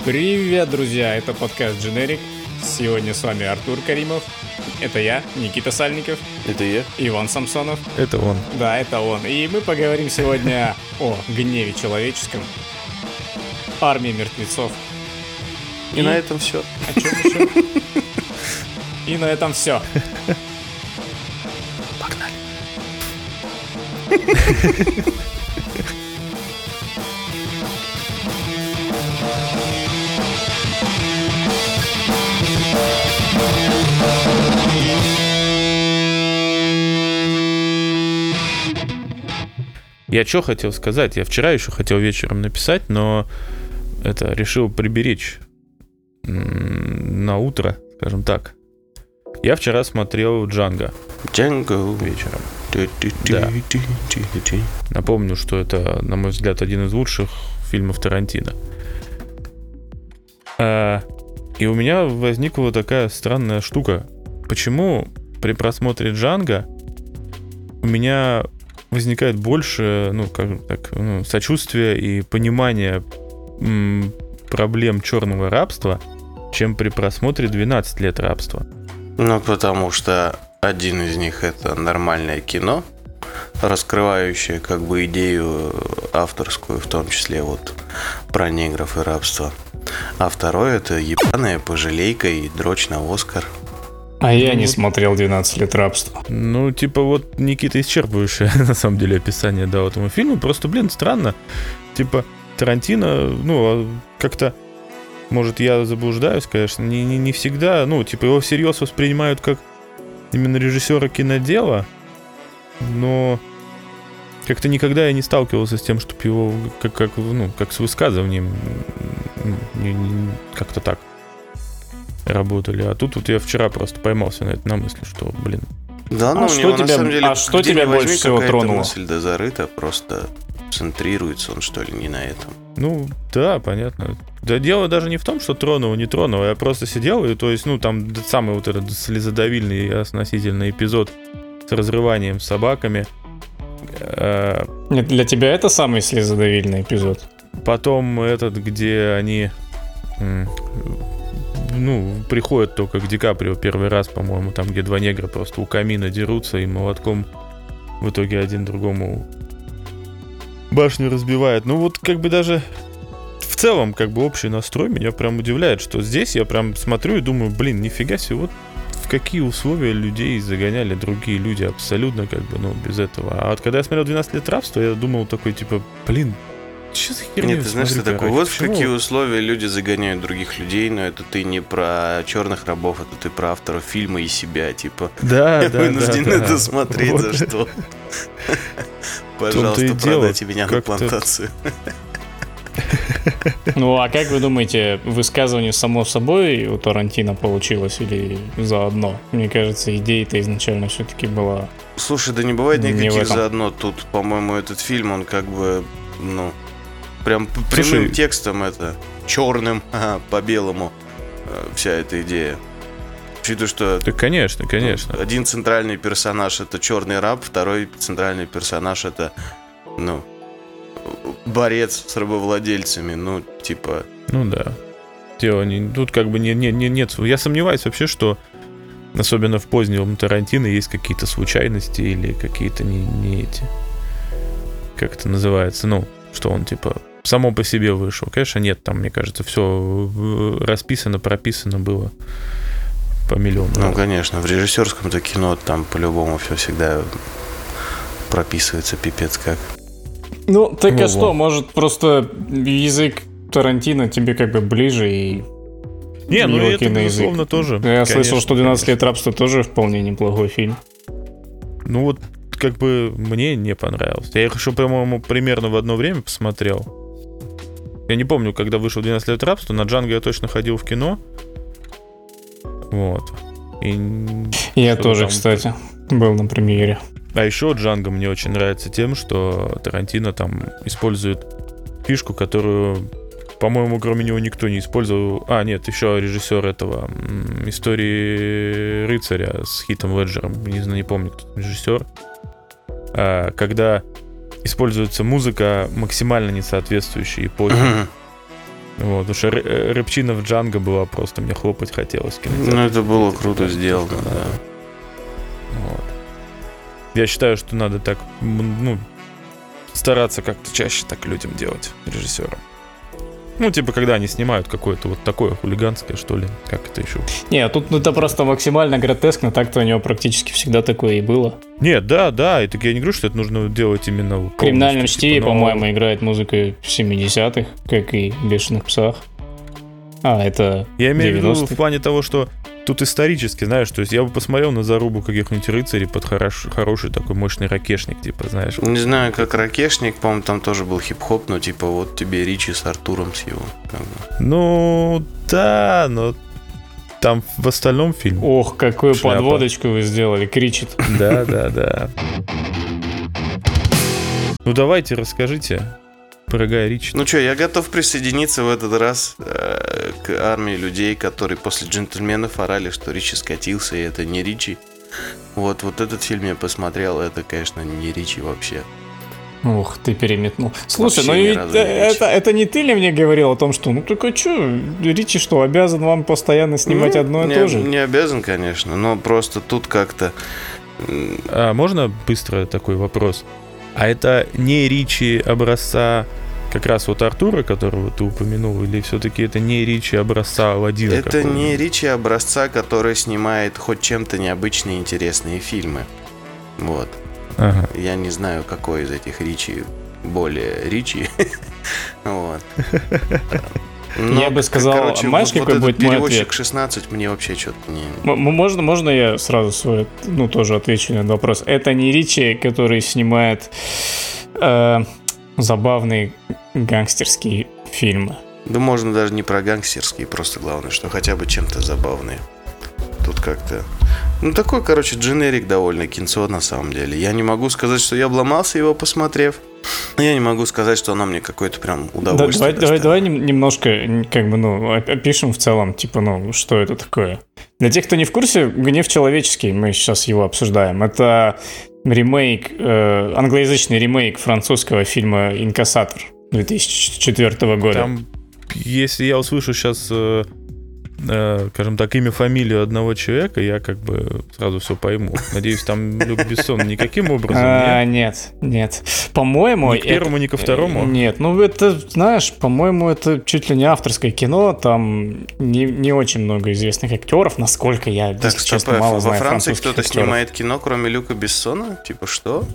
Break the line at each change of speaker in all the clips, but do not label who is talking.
Привет, друзья! Это подкаст Generic. Сегодня с вами Артур Каримов. Это я, Никита Сальников.
Это я.
Иван Самсонов.
Это он.
Да, это он. И мы поговорим сегодня о гневе человеческом, армии мертвецов.
И на этом все.
О чем еще? И на этом все.
Погнали.
Я что хотел сказать? Я вчера еще хотел вечером написать, но это решил приберечь на утро, скажем так. Я вчера смотрел Джанго.
Джанго
вечером.
Да.
Напомню, что это, на мой взгляд, один из лучших фильмов Тарантино. И у меня возникла такая странная штука. Почему при просмотре Джанго у меня возникает больше, сочувствия и понимания проблем черного рабства, чем при просмотре 12 лет рабства?
Ну, потому что один из них — это нормальное кино, раскрывающее как бы идею авторскую, в том числе вот про негров и рабство. А второй — это ебаная пожалейка и дрочь на Оскар.
А я не смотрел 12 лет рабства.
Ну, типа, вот Никита исчерпывающее, на самом деле, описание дал этому фильму. Просто, странно. Типа, Тарантино, как-то, может, я заблуждаюсь, конечно, не всегда, его всерьез воспринимают как именно режиссера кинодела, но как-то никогда я не сталкивался с тем, чтобы его как с высказыванием как-то так работали. А тут вот я вчера просто поймался на мысли, что,
Да,
у него на самом деле,
что
тебя больше всего тронуло?
Мысль зарыта, просто центрируется он, что ли, не на этом.
Ну, да, понятно. Да дело даже не в том, что тронуло, не тронуло. Я просто сидел, и, там самый вот этот слезодавильный и относительный эпизод с разрыванием с собаками.
Нет, для тебя это самый слезодавильный эпизод?
Потом этот, где они приходят только к Ди Каприо первый раз, по-моему, там, где два негра просто у камина дерутся и молотком в итоге один другому башню разбивает. Даже в целом, общий настрой меня прям удивляет, что здесь я прям смотрю и думаю, нифига себе, вот в какие условия людей загоняли другие люди абсолютно без этого. А вот когда я смотрел 12 лет рабства, я думал такой, что за херня?
Нет, ты знаешь, что такое? Вот в какие условия люди загоняют других людей, но это ты не про черных рабов, это ты про авторов фильма и себя,
Да,
вынужден это смотреть, вот. За что? Пожалуйста, продайте меня на плантацию.
Ну, а как вы думаете, высказывание само собой у Тарантино получилось или заодно? Мне кажется, идея-то изначально все-таки была...
Слушай, да не бывает никаких заодно. Тут, по-моему, этот фильм, он прям прямым текстом это, черным по белому, вся эта идея. Учитывая, что...
Да, конечно.
Один центральный персонаж — это черный раб, второй центральный персонаж — это, борец с рабовладельцами,
Ну да. Дело не... Тут нет... Я сомневаюсь вообще, что особенно в позднем Тарантино есть какие-то случайности или какие-то не эти... Как это называется? Что он, само по себе вышел. Конечно, нет, там, мне кажется, все расписано, прописано было по миллиону.
Конечно, в режиссерском-то кино там по-любому все всегда прописывается пипец как.
Что, может, просто язык Тарантино тебе ближе и...
это, безусловно, тоже.
Я слышал, что 12 лет рабства тоже вполне неплохой фильм.
Мне не понравился. Я их еще, по-моему, примерно в одно время посмотрел. Я не помню, когда вышел 12 лет рабства. На Джанго я точно ходил в кино. Вот.
Я тоже, кстати, был на премьере.
А еще Джанго мне очень нравится тем, что Тарантино там использует фишку, которую, по-моему, кроме него никто не использовал. Нет, еще режиссер этого «Истории рыцаря» с Хитом Леджером. Не помню, кто режиссер. Когда используется музыка, максимально не соответствующая эпохе. Вот, потому что рыбчина в Джанго была просто, мне хлопать хотелось.
Ну, это было круто сделано, да.
Вот. Я считаю, что надо так, ну, стараться как-то чаще так людям делать, режиссерам. Ну, типа, когда они снимают какое-то вот такое хулиганское, что ли, как это еще?
Не, тут это просто максимально гротескно, так-то у него практически всегда такое и было.
Нет, да, и так я не говорю, что это нужно делать именно вот
В «Криминальном
полностью,
чтиве»,
типа, но-
по-моему, играет музыка 70-х, как и в «Бешеных псах». Это
Я имею в виду
90-х.
в плане того, что тут исторически, знаешь, то есть я бы посмотрел на зарубу каких-нибудь рыцарей под хороший такой мощный ракешник, типа, знаешь.
Не знаю, как Ракешник, по-моему, там тоже был хип-хоп, но типа вот тебе Ричи с Артуром с его. Как бы.
Ну, да, но там в остальном фильм.
Ох, какую
Шляпа.
подводочку вы сделали, кричит.
Да. Ну, давайте расскажите про Гая Ричи.
Ну что, я готов присоединиться в этот раз к армии людей, которые после «Джентльменов» орали, что Ричи скатился, и это не Ричи. Вот этот фильм я посмотрел, это, конечно, не Ричи вообще.
Ух, ты переметнул. Слушай,
Вообще
ну
ни
ведь
разу не Ричи.
это не ты ли мне говорил о том, что ну так а что, Ричи что, обязан вам постоянно снимать
Ну,
одно и
не,
то же?
Не обязан, конечно, но просто тут как-то...
А можно быстро такой вопрос? А это не Ричи образца как раз вот Артура, которого ты упомянул, или все-таки это не Ричи образца Аладдина?
Это не Ричи образца, который снимает хоть чем-то необычные интересные фильмы. Вот.
Ага.
Я не знаю, какой из этих Ричи более Ричи. Вот.
Я бы сказал, знаешь, какой будет мой
«Перевозчик
ответ?
16» мне вообще что-то не...
Можно я сразу свой, тоже отвечу на этот вопрос? Это не Ричи, который снимает забавные гангстерские фильмы.
Да можно даже не про гангстерские, просто главное, что хотя бы чем-то забавные. Тут как-то... Ну, такой, короче, дженерик довольно, кинцо на самом деле. Я не могу сказать, что я обломался его посмотрев. Но я не могу сказать, что оно мне какое-то прям удовольствие
Давай немножко, как бы, опишем в целом, типа, что это такое. Для тех, кто не в курсе, «Гнев человеческий», мы сейчас его обсуждаем. Это ремейк, англоязычный ремейк французского фильма «Инкассатор» 2004 года.
Там, если я услышу сейчас, скажем так, имя, фамилию одного человека, я как бы сразу все пойму. Надеюсь, там Люк Бессон никаким образом
Нет. По-моему...
Ни к первому, ни ко второму?
Нет, это, знаешь, по-моему, это чуть ли не авторское кино, там не очень много известных актеров, насколько я,
Так,
если честно, мало
во
знаю
Франции
французских
кто-то
актеров.
снимает кино, кроме Люка Бессона? Типа что?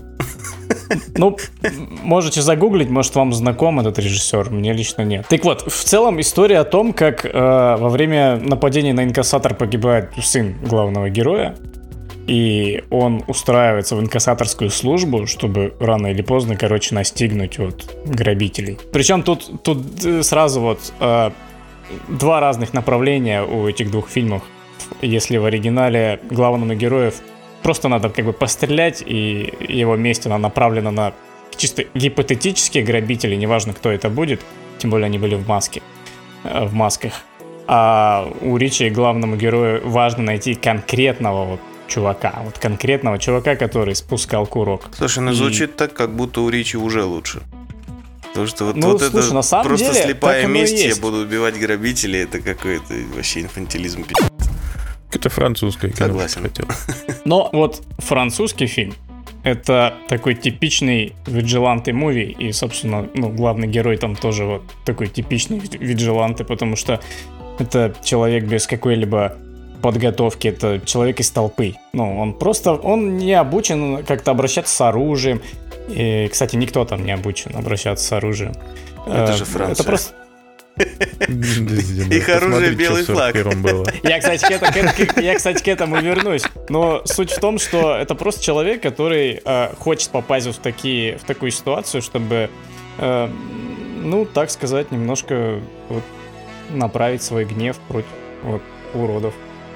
Можете загуглить, может, вам знаком этот режиссер, мне лично нет. Так вот, в целом история о том, как во время нападения на инкассатор погибает сын главного героя, и он устраивается в инкассаторскую службу, чтобы рано или поздно, настигнуть грабителей. Причем тут сразу два разных направления у этих двух фильмов. Если в оригинале главному герою просто надо пострелять, и его месть она направлена на чисто гипотетические грабители, неважно, кто это будет, тем более они были в масках. А у Ричи главному герою важно найти конкретного чувака, конкретного чувака, который спускал курок.
Слушай, звучит так, как будто у Ричи уже лучше. Потому что
слушай,
это
на самом
просто
деле,
слепая
так оно и
месть, я
есть.
буду убивать грабителей, это какой-то вообще инфантилизм.
Это французское кино.
Согласен.
Но французский фильм — это такой типичный виджиланте-муви, и, собственно, главный герой там тоже такой типичный виджиланте, потому что это человек без какой-либо подготовки, это человек из толпы. Он не обучен как-то обращаться с оружием. И, кстати, никто там не обучен обращаться с оружием.
Это же Франция.
Это просто...
Их оружие белый флаг.
Я, кстати, к этому вернусь. Но суть в том, что это просто человек, который хочет попасть в такую ситуацию, чтобы, так сказать, немножко направить свой гнев против уродов.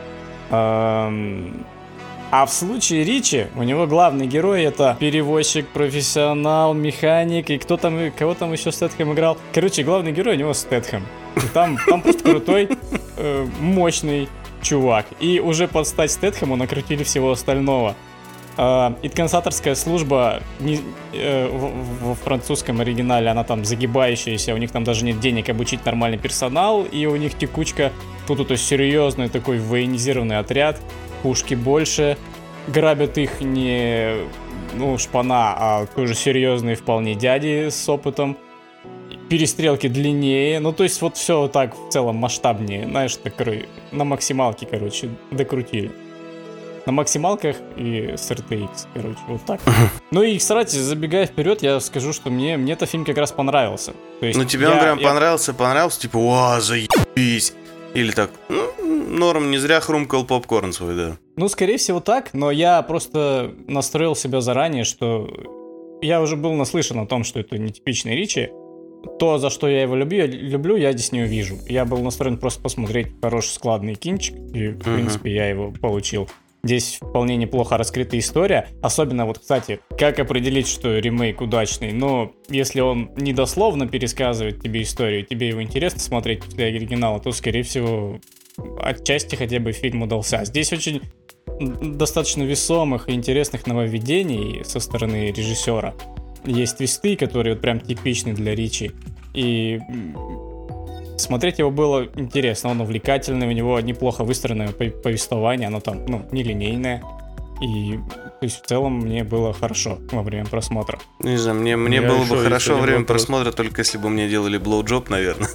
А в случае Ричи, у него главный герой — это перевозчик, профессионал, механик, и кого там еще Стэтхэм играл. Короче, главный герой у него Стэтхэм. И там просто крутой, мощный чувак. И уже под стать Стэтхэму накрутили всего остального. Инкассаторская служба во французском оригинале, она там загибающаяся, у них там даже нет денег обучить нормальный персонал, и у них текучка. Тут это серьезный такой военизированный отряд, пушки больше, грабят их не шпана, а тоже серьезные вполне дяди с опытом. Перестрелки длиннее, то есть вот все вот так в целом масштабнее, знаешь, на максималке, докрутили. На максималках и с RTX, вот так. И, кстати, забегая вперед, я скажу, что мне этот фильм как раз понравился. То есть
тебе он прям понравился, типа, вау, заебись. Или так, норм, не зря хрумкал попкорн свой, да.
Скорее всего так, но я просто настроил себя заранее, что я уже был наслышан о том, что это нетипичный Ричи. То, за что я его люблю, я здесь не увижу. Я был настроен просто посмотреть хороший складный кинчик, и, в принципе, я его получил. Здесь вполне неплохо раскрыта история. Особенно, кстати, как определить, что ремейк удачный? Если он недословно пересказывает тебе историю, тебе его интересно смотреть после оригинала, то, скорее всего, отчасти хотя бы фильм удался. Здесь очень достаточно весомых и интересных нововведений со стороны режиссера. Есть твисты, которые прям типичны для Ричи. И смотреть его было интересно, он увлекательный, у него неплохо выстроенное повествование, оно там, нелинейное. И, то есть, в целом, мне было хорошо во время просмотра.
Не знаю, мне было бы хорошо во время просмотра, только если бы мне делали блоуджоп, наверное.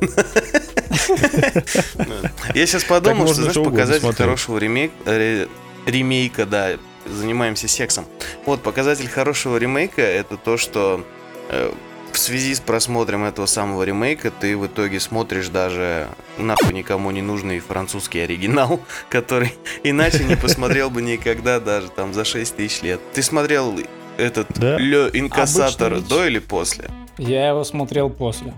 Я сейчас подумал, что, знаешь, показатель хорошего ремейка, да, занимаемся сексом. Показатель хорошего ремейка — это то, что в связи с просмотром этого самого ремейка ты в итоге смотришь даже нахуй никому не нужный французский оригинал, который иначе не посмотрел бы никогда даже там за 6 тысяч лет. Ты смотрел этот Ле Инкассатор до или после?
Я его смотрел после.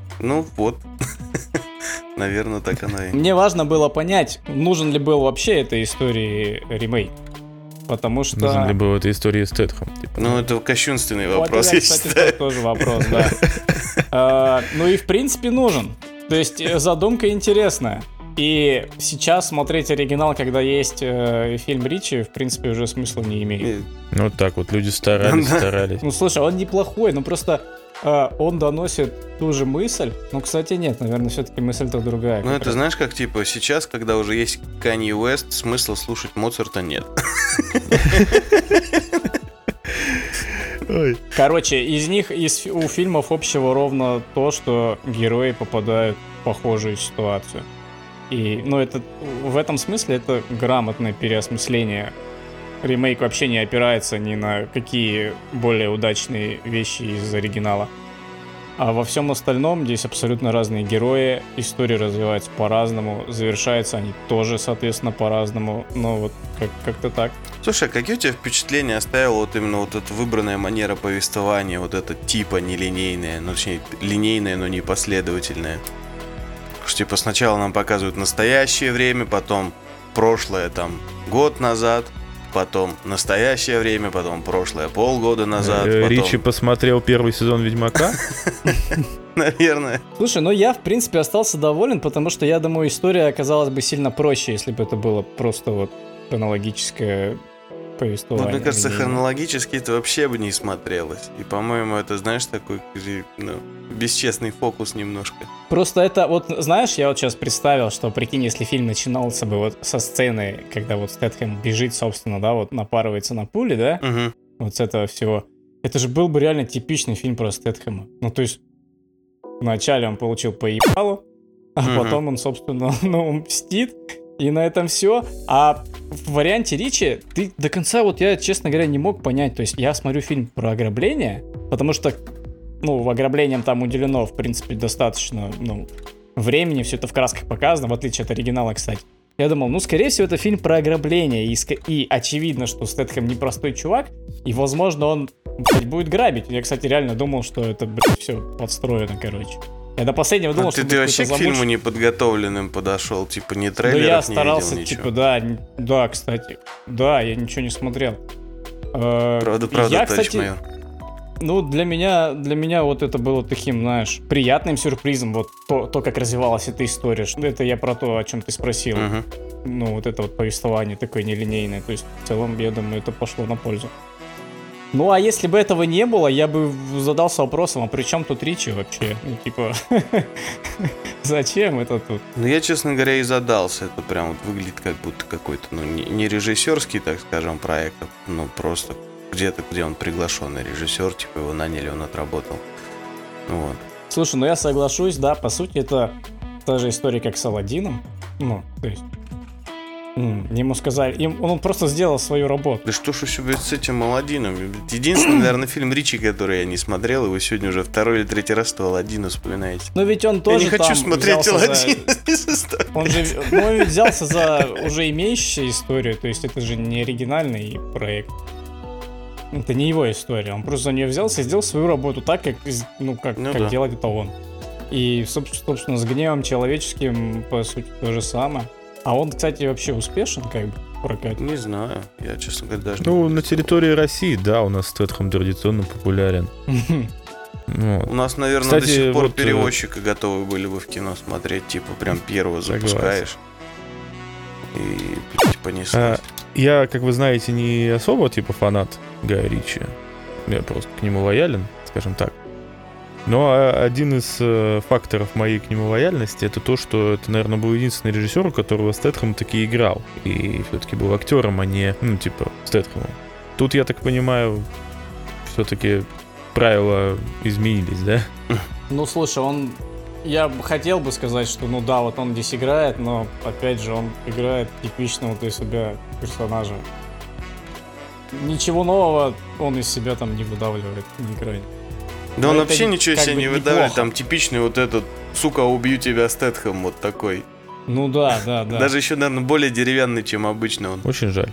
Наверное, так оно и...
Мне важно было понять, нужен ли был вообще этой истории ремейк. Потому что...
Нужен ли был этой истории Стэтхэм?
Это кощунственный вопрос, я
кстати,
считаю.
Это тоже вопрос, да. И в принципе нужен. То есть задумка интересная. И сейчас смотреть оригинал, когда есть фильм Ричи, в принципе, уже смысла не имеет.
Вот так вот, люди старались.
Слушай, он неплохой, просто он доносит ту же мысль. Кстати, нет, наверное, все-таки мысль-то другая.
Это знаешь, как типа сейчас, когда уже есть Канье Уэст, смысла слушать Моцарта нет.
Короче, у фильмов общего ровно то, что герои попадают в похожую ситуацию. И, в этом смысле это грамотное переосмысление. Ремейк вообще не опирается ни на какие более удачные вещи из оригинала. А во всем остальном здесь абсолютно разные герои, истории развиваются по-разному, завершаются они тоже, соответственно, по-разному. Как-то так.
Слушай, а какие у тебя впечатления оставила именно эта выбранная манера повествования, это типа нелинейная, точнее, линейная, но не последовательная? Что сначала нам показывают настоящее время, потом прошлое год назад, потом настоящее время, потом прошлое полгода назад.
Ричи посмотрел первый сезон Ведьмака?
Наверное.
Слушай, я, в принципе, остался доволен, потому что, я думаю, история оказалась бы сильно проще, если бы это было просто хронологическое повествование.
Мне кажется, хронологически это вообще бы не смотрелось. И, по-моему, это, знаешь, такой бесчестный фокус немножко.
Просто это, знаешь, я сейчас представил, что, прикинь, если фильм начинался бы со сцены, когда Стэтхэм бежит, собственно, напарывается на пули, да?
Угу.
С этого всего. Это же был бы реально типичный фильм про Стэтхэма. То есть, вначале он получил по ебалу, а потом он, собственно, мстит, и на этом все. А в варианте Ричи ты до конца, я, честно говоря, не мог понять. То есть, я смотрю фильм про ограбление, потому что ограблениям там уделено, в принципе, достаточно, времени, все это в красках показано, в отличие от оригинала, кстати. Я думал, скорее всего, это фильм про ограбление, и очевидно, что Стэтхэм непростой чувак, и, возможно, он, будет грабить. Я, кстати, реально думал, что это, все подстроено, короче. Я до последнего думал, что
ты вообще к фильму неподготовленным подошел, ни трейлеров
я старался,
не видел, ничего.
да, кстати, да, я ничего не смотрел.
Правда,
я,
товарищ
кстати,
майор.
Для меня это было таким, знаешь, приятным сюрпризом, то, как развивалась эта история. Это я про то, о чем ты спросил.
Угу.
Это повествование такое нелинейное. То есть, в целом, я думаю, это пошло на пользу. Ну, а если бы этого не было, я бы задался вопросом, а при чем тут Ричи вообще? Ну, типа, зачем это тут?
Ну, я, честно говоря, и задался. Это прям вот выглядит как будто какой-то, ну, не режиссерский, так скажем, проект, ну, просто где-то, где он приглашенный режиссер, типа его наняли, он отработал. Вот.
Слушай, ну я соглашусь, да, по сути, это та же история, как с Аладдином. Ну, то есть, ему сказали, он просто сделал свою работу.
Да что ж еще с этим Аладдином? Единственный, наверное, фильм Ричи, который я не смотрел, и вы сегодня уже второй или третий раз то Аладдина вспоминаете.
Но ведь он тоже
я не хочу смотреть Аладдина.
Он же он ведь взялся за уже имеющуюся историю, то есть это же не оригинальный проект. Это не его история, он просто за нее взялся и сделал свою работу так, как да. Делать это он. И, собственно, с гневом человеческим, по сути, то же самое. А он, кстати, вообще успешен, как бы, в прокате?
Не знаю, я, честно говоря, даже
Ну, на территории России, да, у нас Стэтхэм традиционно популярен.
У нас, наверное, кстати, до сих пор перевозчика готовы были бы в кино смотреть, типа, прям первого запускаешь. И понеслось.
Я, как вы знаете, не особо, типа, фанат Гая Ричи. Я просто к нему лоялен, скажем так. Но один из факторов моей к нему лояльности — это то, что это, наверное, был единственный режиссер, у которого Стэтхэм таки играл. И все-таки был актером, а не, Стэтхэмом. Тут, я так понимаю, все-таки правила изменились, да?
Ну, слушай, я хотел бы сказать, что, ну да, вот он здесь играет, но, опять же, он играет типичного из себя персонажа. Ничего нового он из себя там не выдавливает, не играет.
Да он вообще ничего из себя не выдавливает, там типичный вот этот, сука, убью тебя, Стэтхэм, вот такой.
Ну да.
Даже еще, наверное, более деревянный, чем обычно он.
Очень жаль.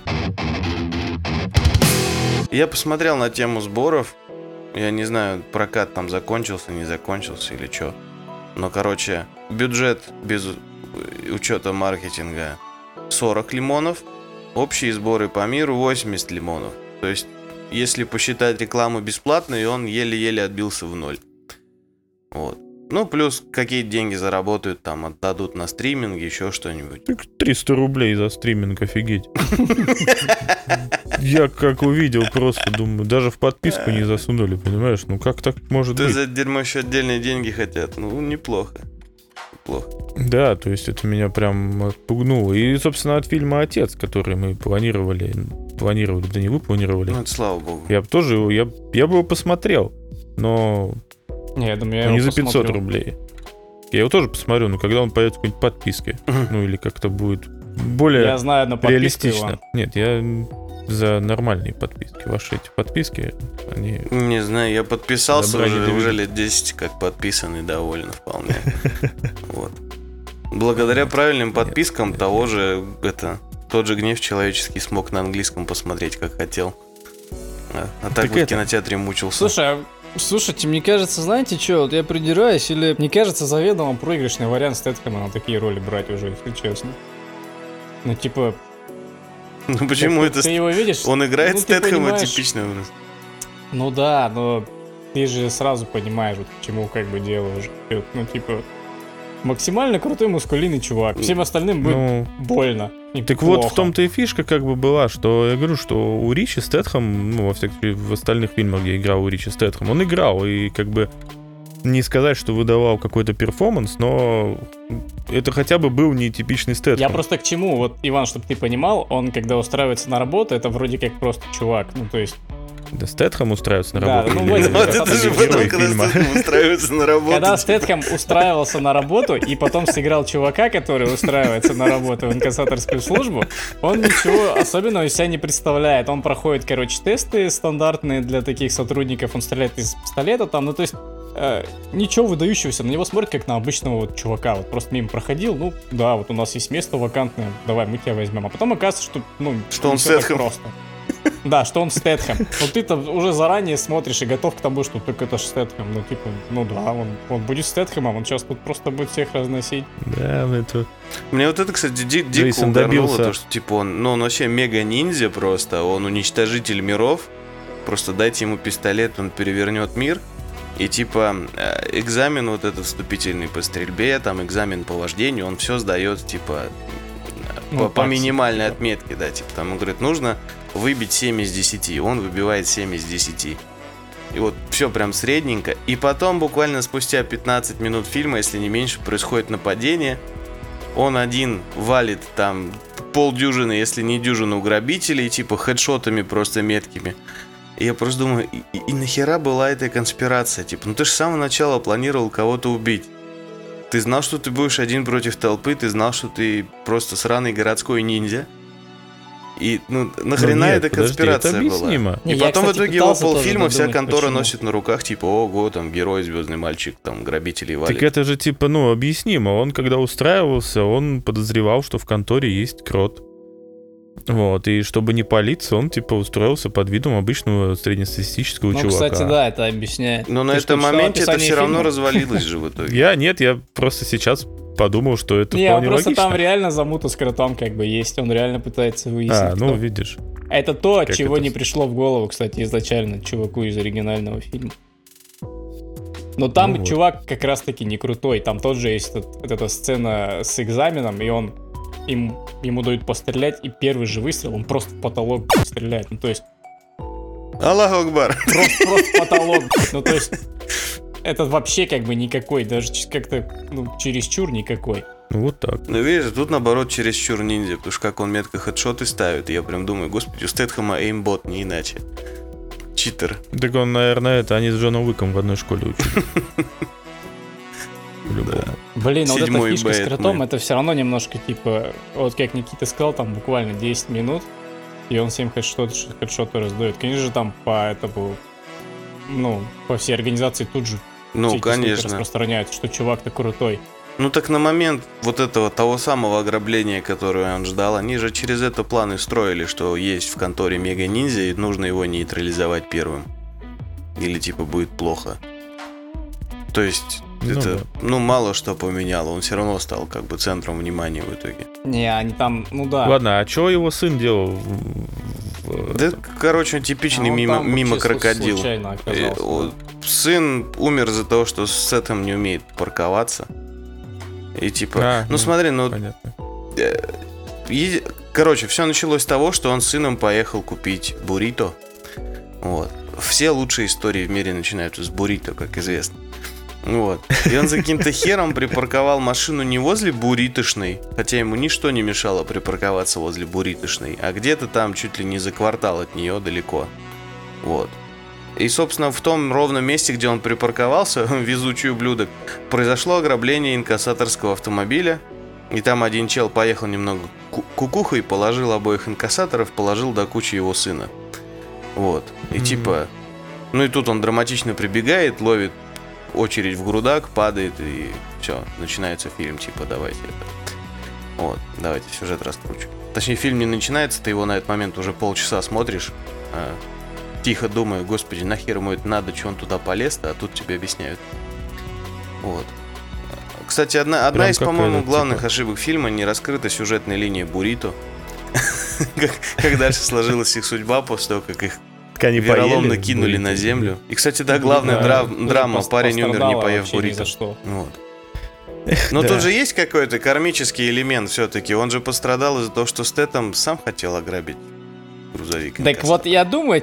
Я посмотрел на тему сборов. Я не знаю, прокат там закончился, не закончился или что. Но, короче, бюджет без учета маркетинга 40 лимонов. Общие сборы по миру 80 лимонов. То есть, если посчитать рекламу бесплатной, он еле-еле отбился в ноль. Вот. Ну, плюс какие деньги заработают, там, отдадут на стриминг, еще что-нибудь.
300 рублей за стриминг, офигеть. Я как увидел, просто думаю, даже в подписку не засунули, понимаешь? Ну как так может быть?
За дерьмо еще отдельные деньги хотят. Ну, неплохо.
Да, то есть это меня прям отпугнуло. И, собственно, от фильма «Отец», который мы планировали, да не вы планировали.
Ну, это слава богу.
Я бы его посмотрел, но
не, я думаю, я
не
его
за 500
посмотрю.
рублей. Я его тоже посмотрю, но когда он появится в какой-нибудь подписке, ну или как-то будет более
я знаю, на
реалистично.
Его.
Нет, я за нормальные подписки. Ваши эти подписки, они...
Не знаю, я подписался уже лет 10 как подписан и доволен вполне. Вот. Благодаря правильным подпискам тот же «Гнев человеческий» смог на английском посмотреть, как хотел. А так в кинотеатре мучился.
Слушайте, мне кажется, знаете что, вот я придираюсь, или мне кажется заведомо проигрышный вариант Стэтхэма на такие роли брать уже, если честно. Ну, типа...
Ну, почему это...
Ты его видишь?
Он играет Стэтхэма типичный образ.
Ну да, но ты же сразу понимаешь, вот к чему как бы дело уже. Ну, типа... Максимально крутой мускулинный чувак. Всем остальным будет больно.
Так вот, в том-то и фишка как бы была, что я говорю, что у Ричи Стэтхэм, ну, в остальных фильмах, где играл у Ричи Стэтхэм, он играл, и как бы не сказать, что выдавал какой-то перформанс, но это хотя бы был нетипичный Стэтхэм.
Я просто к чему, вот, Иван, чтобы ты понимал, он, когда устраивается на работу, это вроде как просто чувак, ну, то есть...
Да, Стэтхэм устраивается на работу.
Да,
вот это же потом, когда Стэтхэм устраивается на работу.
Когда Стэтхэм устраивался на работу и потом сыграл чувака, который устраивается на работу в инкассаторскую службу, он ничего особенного из себя не представляет. Он проходит, тесты стандартные для таких сотрудников, он стреляет из пистолета там, ну то есть ничего выдающегося, на него смотрят как на обычного вот чувака, вот просто мимо проходил, ну да, вот у нас есть место вакантное, давай мы тебя возьмем. А потом оказывается, что
он Стэтхэм.
просто. Да, что он Стэтхэм. Но ты-то уже заранее смотришь и готов к тому, что только это же Стэтхэм. Ну, типа, ну да, он будет Стэтхэмом, он сейчас тут просто будет всех разносить.
Да, это...
Мне вот это, кстати, дико угорнуло, то, что, типа, он вообще мега-ниндзя просто, он уничтожитель миров. Просто дайте ему пистолет, он перевернет мир. И, типа, экзамен вот этот вступительный по стрельбе, там, экзамен по вождению, он все сдает, типа... По минимальной отметке, да, типа, там, он говорит, нужно выбить 7 из 10. Он выбивает 7 из 10. И вот все прям средненько. И потом буквально спустя 15 минут фильма, если не меньше, происходит нападение. Он один валит там полдюжины, если не дюжину грабителей, типа хедшотами просто меткими. И я просто думаю, и нахера была эта конспирация? Типа, ну ты же с самого начала планировал кого-то убить. Ты знал, что ты будешь один против толпы, ты знал, что ты просто сраный городской ниндзя. И ну нахрена эта конспирация была? И потом в итоге его полфильма вся контора носит на руках, типа, ого, там герой, звездный мальчик, там грабителей валит.
Так это же типа, ну, объяснимо. Он, когда устраивался, он подозревал, что в конторе есть крот. Вот, и чтобы не палиться, он типа устроился под видом обычного среднестатистического чувака.
Ну, кстати, да, это объясняет.
Но на этом моменте это все равно развалилось же в итоге.
Я просто сейчас подумал, что это вполне логично.
Просто там реально замута с кротом как бы есть, он реально пытается выяснить.
Ну видишь.
Это то, чего не пришло в голову, кстати, изначально чуваку из оригинального фильма. Но там чувак как раз-таки не крутой, там тот же есть эта сцена с экзаменом, и он ему дают пострелять, и первый же выстрел, он просто в потолок стреляет. Ну, то есть...
Аллаху Акбар!
Просто в потолок. Ну, то есть... Это вообще как бы никакой, даже как-то чересчур никакой.
Ну, вот так.
Ну, видишь, тут наоборот чересчур ниндзя, потому что как он метко хедшоты ставит, я прям думаю, господи, у Стэтхэма эймбот, не иначе. Читер.
Так он, наверное, они с Джоном Уиком в одной школе учились.
Блин, вот эта фишка с кротом, это все равно немножко типа, вот как Никита сказал, там буквально 10 минут, и он 7 хедшоты раздает. Конечно же, там по всей организации тут же
конечно
распространяются, что чувак-то крутой.
Ну так на момент вот этого того самого ограбления, которое он ждал, они же через это планы строили, что есть в конторе мега-ниндзя, и нужно его нейтрализовать первым. Или типа будет плохо. То есть... Это, мало что поменяло, он все равно стал как бы центром внимания в итоге.
Не, они там, да.
Ладно, а что его сын делал?
Да, короче, он типичный мимо крокодил. Сын умер из-за того, что с этим не умеет парковаться. И типа, смотри,
понятно.
Короче, все началось с того, что он с сыном поехал купить буррито. Вот. Все лучшие истории в мире начинаются с буррито, как известно. Вот. И он за каким-то хером припарковал машину не возле бурритошной, хотя ему ничто не мешало припарковаться возле бурритошной, а где-то там чуть ли не за квартал от нее далеко. Вот. И, собственно, в том ровном месте, где он припарковался, везучий ублюдок, произошло ограбление инкассаторского автомобиля. И там один чел поехал немного кукухой, положил обоих инкассаторов, положил до кучи его сына. Вот. И типа... Ну и тут он драматично прибегает, ловит очередь в грудак, падает, и все, начинается фильм, типа, давайте это. Вот, давайте сюжет раскручу. Точнее, фильм не начинается, ты его на этот момент уже полчаса смотришь, тихо думаю, господи, нахер ему это надо, что он туда полез-то, а тут тебе объясняют. Вот. Кстати, одна из, по-моему, главных ошибок фильма — не раскрыта сюжетная линия буррито. Как дальше сложилась их судьба после того, как их вероломно кинули на землю. И, кстати, да, главная драма, парень умер, не поев буррито. Вот. Но тут же есть какой-то кармический элемент все-таки. Он же пострадал из-за того, что Стэтэм сам хотел ограбить грузовик.
Так вот, я думаю,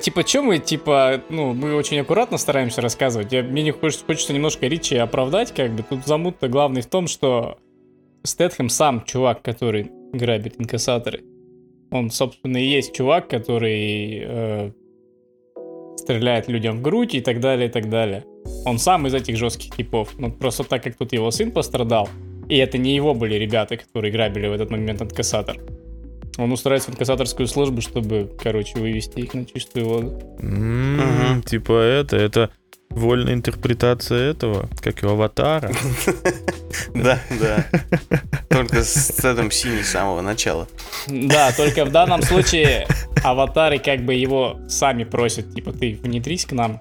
мы очень аккуратно стараемся рассказывать. Мне не хочется немножко Ричи оправдать, как бы. Тут замут-то главный в том, что Стэтхэм сам чувак, который грабит инкассаторы. Он, собственно, и есть чувак, который стреляет людям в грудь и так далее, и так далее. Он сам из этих жестких типов. Но просто так, как тут его сын пострадал, и это не его были ребята, которые грабили в этот момент инкассатор. Он устраивается в инкассаторскую службу, чтобы, вывести их на чистую воду.
Типа это вольная интерпретация этого, как и Аватара.
Да. Только с этим синий с самого начала.
Да, только в данном случае аватары его сами просят, ты внедрись к нам,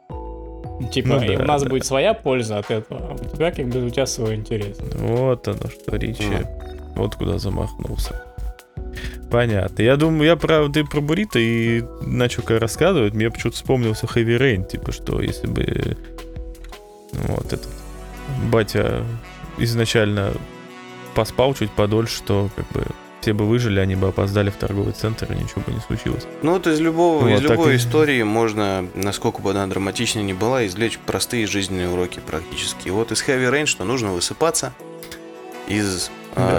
и у нас будет своя польза от этого, а у тебя у тебя свой интерес.
Вот оно что, Ричи. Вот куда замахнулся. Понятно. Я думаю, ты про буррито и начал рассказывать, мне почему-то вспомнился Heavy Rain, что если бы вот этот батя изначально поспал чуть подольше, то все бы выжили, они бы опоздали в торговый центр, и ничего бы не случилось.
Ну вот из любой
и...
истории можно, насколько бы она драматичнее ни была, извлечь простые жизненные уроки практически. И вот из Heavy Rain, что нужно высыпаться из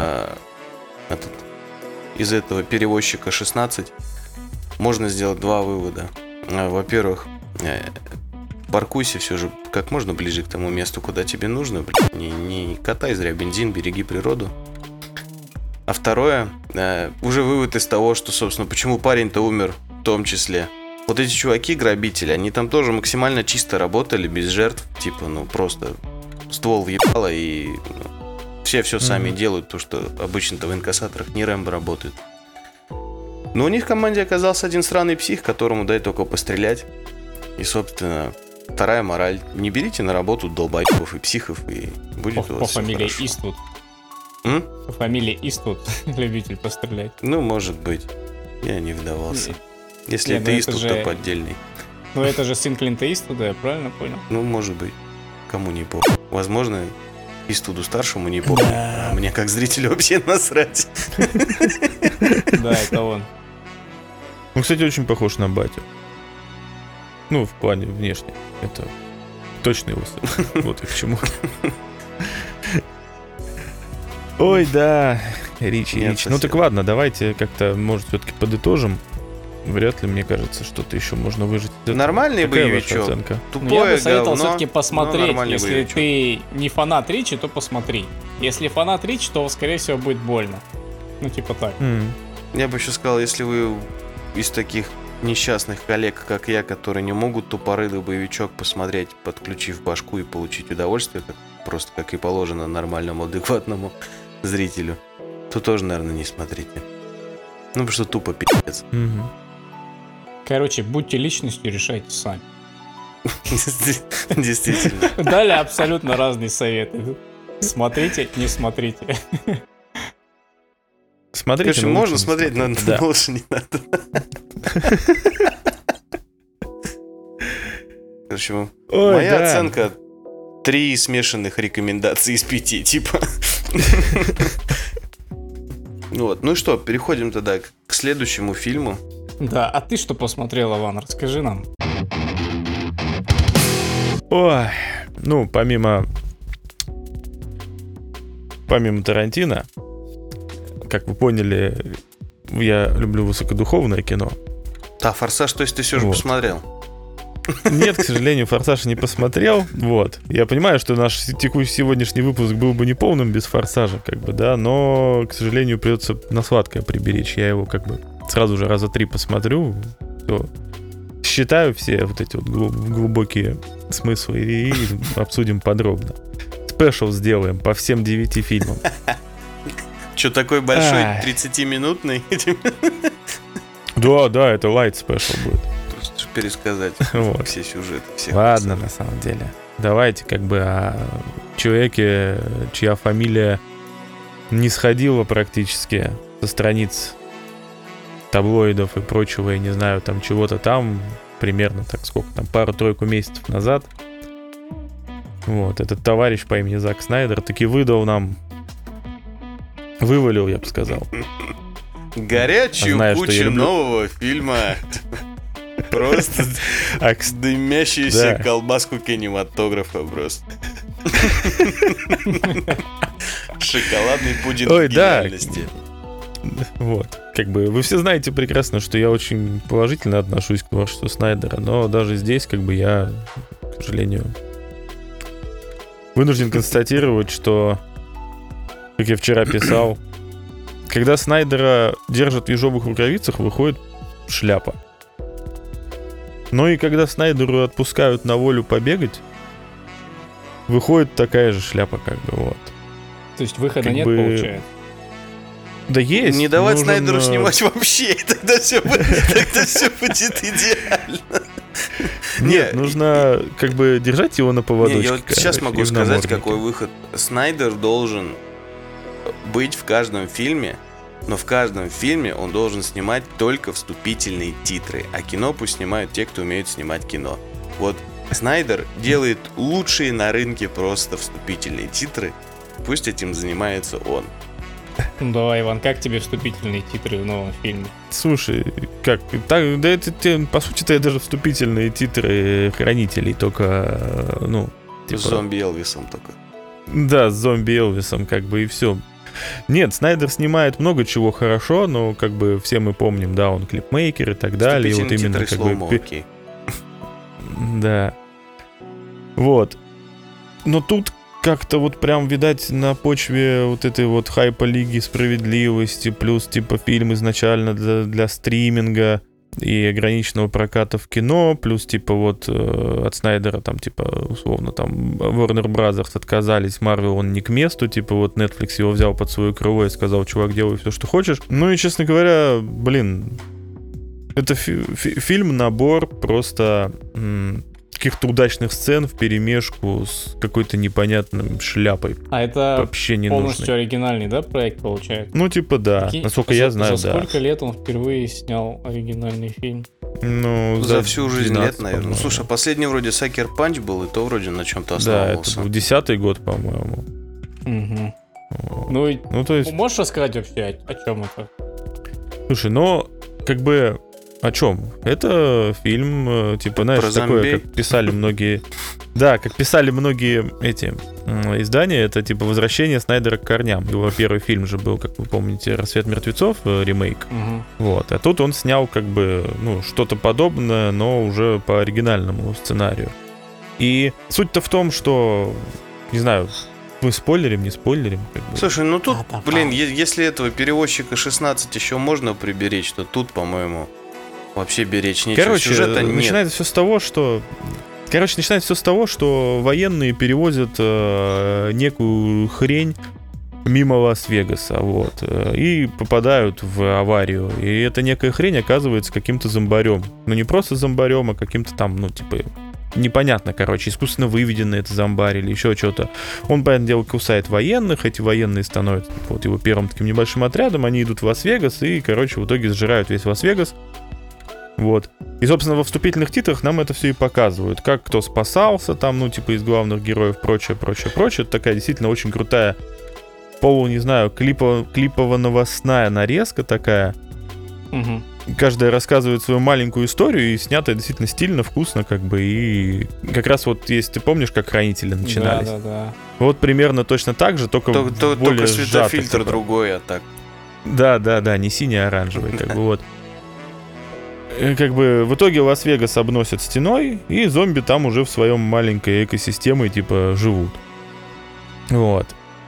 этого перевозчика 16, можно сделать два вывода. Во-первых, паркуйся все же как можно ближе к тому месту, куда тебе нужно. Не катай зря бензин, береги природу. А второе, уже вывод из того, что, собственно, почему парень-то умер в том числе. Вот эти чуваки-грабители, они там тоже максимально чисто работали, без жертв. Типа, просто ствол въебало, и все сами делают, то, что обычно-то в инкассаторах не Рэмбо работает. Но у них в команде оказался один сраный псих, которому дай только пострелять. И, собственно, вторая мораль. Не берите на работу долбоебов и психов, и будет у вас
по
все
фамилии
хорошо.
Иствуд. По фамилии Иствуд, любитель пострелять.
Ну, может быть. Я не вдавался. Если это Иствуд, то поддельный.
Ну, это же сын Клинта Иствуда, я правильно понял?
Ну, может быть. Кому не похуй. Возможно, Иствуду старшему не похуй. А мне как зрителю вообще насрать.
Да, это он.
Он, кстати, очень похож на батю. Ну, в плане внешне. Это точно его сын. Вот и к чему. Ой, да, Ричи. Ну так ладно, давайте как-то, может, все-таки подытожим. Вряд ли, мне кажется, что-то еще можно выжить.
Нормальный боевичок.
Я бы советовал все-таки посмотреть. Если боевичок. Ты не фанат Ричи, то посмотри. Если фанат Ричи, то, скорее всего, будет больно. Ну, типа так.
Я бы еще сказал, если вы из таких несчастных коллег, как я, которые не могут тупорылый боевичок посмотреть, подключив башку и получить удовольствие, просто как и положено нормальному, адекватному зрителю, то тоже, наверное, не смотрите. Ну, потому что тупо пи***ц.
Короче, будьте личностью, решайте сами.
Действительно.
Дали абсолютно разные советы. Смотрите, не смотрите.
Смотрите.
Короче, можно смотреть, но лучше не надо. Короче, моя оценка 3 смешанных рекомендаций из 5, типа. Вот. Ну что, переходим тогда к следующему фильму.
Да, а ты что посмотрел, Иван? Расскажи нам.
Ой, ну, помимо Тарантино, как вы поняли, я люблю высокодуховное кино.
Да, «Форсаж», то есть ты все же посмотрел?
Нет, к сожалению, «Форсаж» не посмотрел. Вот. Я понимаю, что наш текущий сегодняшний выпуск был бы неполным без «Форсажа», как бы, да, но, к сожалению, придется на сладкое приберечь. Я его как бы сразу же раза 3 посмотрю, все, считаю все вот эти вот глубокие смыслы и обсудим подробно. Спешл сделаем по всем 9 фильмам.
Че, такой большой 30-минутный?
Да, это light special будет.
Пересказать все сюжеты.
Ладно, на самом деле. Давайте как бы о человеке, чья фамилия не сходила практически со страниц таблоидов и прочего, я не знаю, там чего-то там, примерно так, сколько там, пару-тройку месяцев назад. Вот, этот товарищ по имени Зак Снайдер таки вывалил, я бы сказал.
Горячую кучу нового фильма. Просто дымящуюся колбаску кинематографа просто. Шоколадный пудинг гениальности.
Вот. Как бы вы все знаете прекрасно, что я очень положительно отношусь к творчеству Снайдера, но даже здесь, как бы, я, к сожалению, вынужден констатировать, что, как я вчера писал, когда Снайдера держат в ежовых рукавицах, выходит шляпа. Но и когда Снайдеру отпускают на волю побегать, выходит такая же шляпа, как бы, вот.
То есть выхода нет, получается?
Да есть.
Не давать Снайдеру снимать вообще, и тогда все будет идеально.
Нет, нужно как бы держать его на поводочке.
Я вот сейчас могу сказать, какой выход. Снайдер должен быть в каждом фильме, но в каждом фильме он должен снимать только вступительные титры, а кино пусть снимают те, кто умеет снимать кино. Вот Снайдер делает лучшие на рынке просто вступительные титры, пусть этим занимается он.
Ну давай, Иван, как тебе вступительные титры в новом фильме?
Слушай, как, так, да это, по сути-то, это даже вступительные титры Хранителей, только, ну, типа...
С зомби Элвисом только.
Да, с зомби Элвисом, как бы, и все. Нет, Снайдер снимает много чего хорошо, но, как бы, все мы помним, да, он клипмейкер и так далее. Вот именно, как бы...
окей.
Да. Вот. Но тут как-то вот прям, видать, на почве вот этой вот хайпа Лиги Справедливости, плюс, типа, фильм изначально для стриминга и ограниченного проката в кино, плюс, типа, вот от Снайдера, там, типа, условно, там, Warner Brothers отказались, Marvel он не к месту, типа, вот Netflix его взял под свое крыло и сказал: чувак, делай все, что хочешь. Ну и, честно говоря, блин, это фильм-набор просто... каких-то удачных сцен вперемешку с какой-то непонятной шляпой.
А это
вообще не
полностью
нужной.
оригинальный, да, проект получается?
Ну, типа, да. Насколько я знаю,
за
да.
сколько лет он впервые снял оригинальный фильм?
Ну,
За всю жизнь
12,
лет, наверное. Ну,
по-моему.
слушай, последний вроде Сакер Панч был, и то вроде на чем-то
Да, это
основывался.
был 10-й год, по-моему.
Угу.
Вот.
Ну,
то есть,
можешь рассказать вообще, о чем это?
слушай, ну, как бы, о чем? Это фильм, типа, знаешь,
Про
такое,
зомби?
как писали многие... Да, как писали многие эти издания, это, типа, возвращение Снайдера к корням. Его первый фильм же был, как вы помните, «Рассвет мертвецов», ремейк.
Угу.
Вот. А тут он снял, как бы, ну, что-то подобное, но уже по оригинальному сценарию. И суть-то в том, что, не знаю, мы спойлерим, не спойлерим. Как бы.
Слушай, ну тут,
Да,
блин, если этого перевозчика 16 еще можно приберечь, то тут, по-моему, вообще беречь нечего.
Короче,
Сюжета нет.
начинается все с того, что военные перевозят некую хрень мимо Лас-Вегаса, вот, и попадают в аварию. И эта некая хрень оказывается каким-то зомбарем. Ну, не просто зомбарем, а каким-то там, ну, типа, непонятно, короче, искусственно выведенный это зомбарь или еще что-то. Он, понятное дело, кусает военных, эти военные становятся вот его первым таким небольшим отрядом, они идут в Лас-Вегас и, короче, в итоге сжирают весь Лас-Вегас. Вот. И, собственно, во вступительных титрах нам это все и показывают. Как кто спасался там, ну, типа, из главных героев, прочее. Это такая действительно очень крутая, не знаю, клипово-новостная нарезка такая.
Угу.
Каждая рассказывает свою маленькую историю, и снято действительно стильно, вкусно, как бы, и как раз вот, если ты помнишь, как «Хранители» начинались.
Да.
Вот примерно точно так же, только более
Только
сжато,
светофильтр
типа.
другой, а так.
Да, не синий, а оранжевый, как бы, вот. Как бы в итоге Лас-Вегас обносят стеной, и зомби там уже в своем маленькой экосистеме, типа, живут. Вот.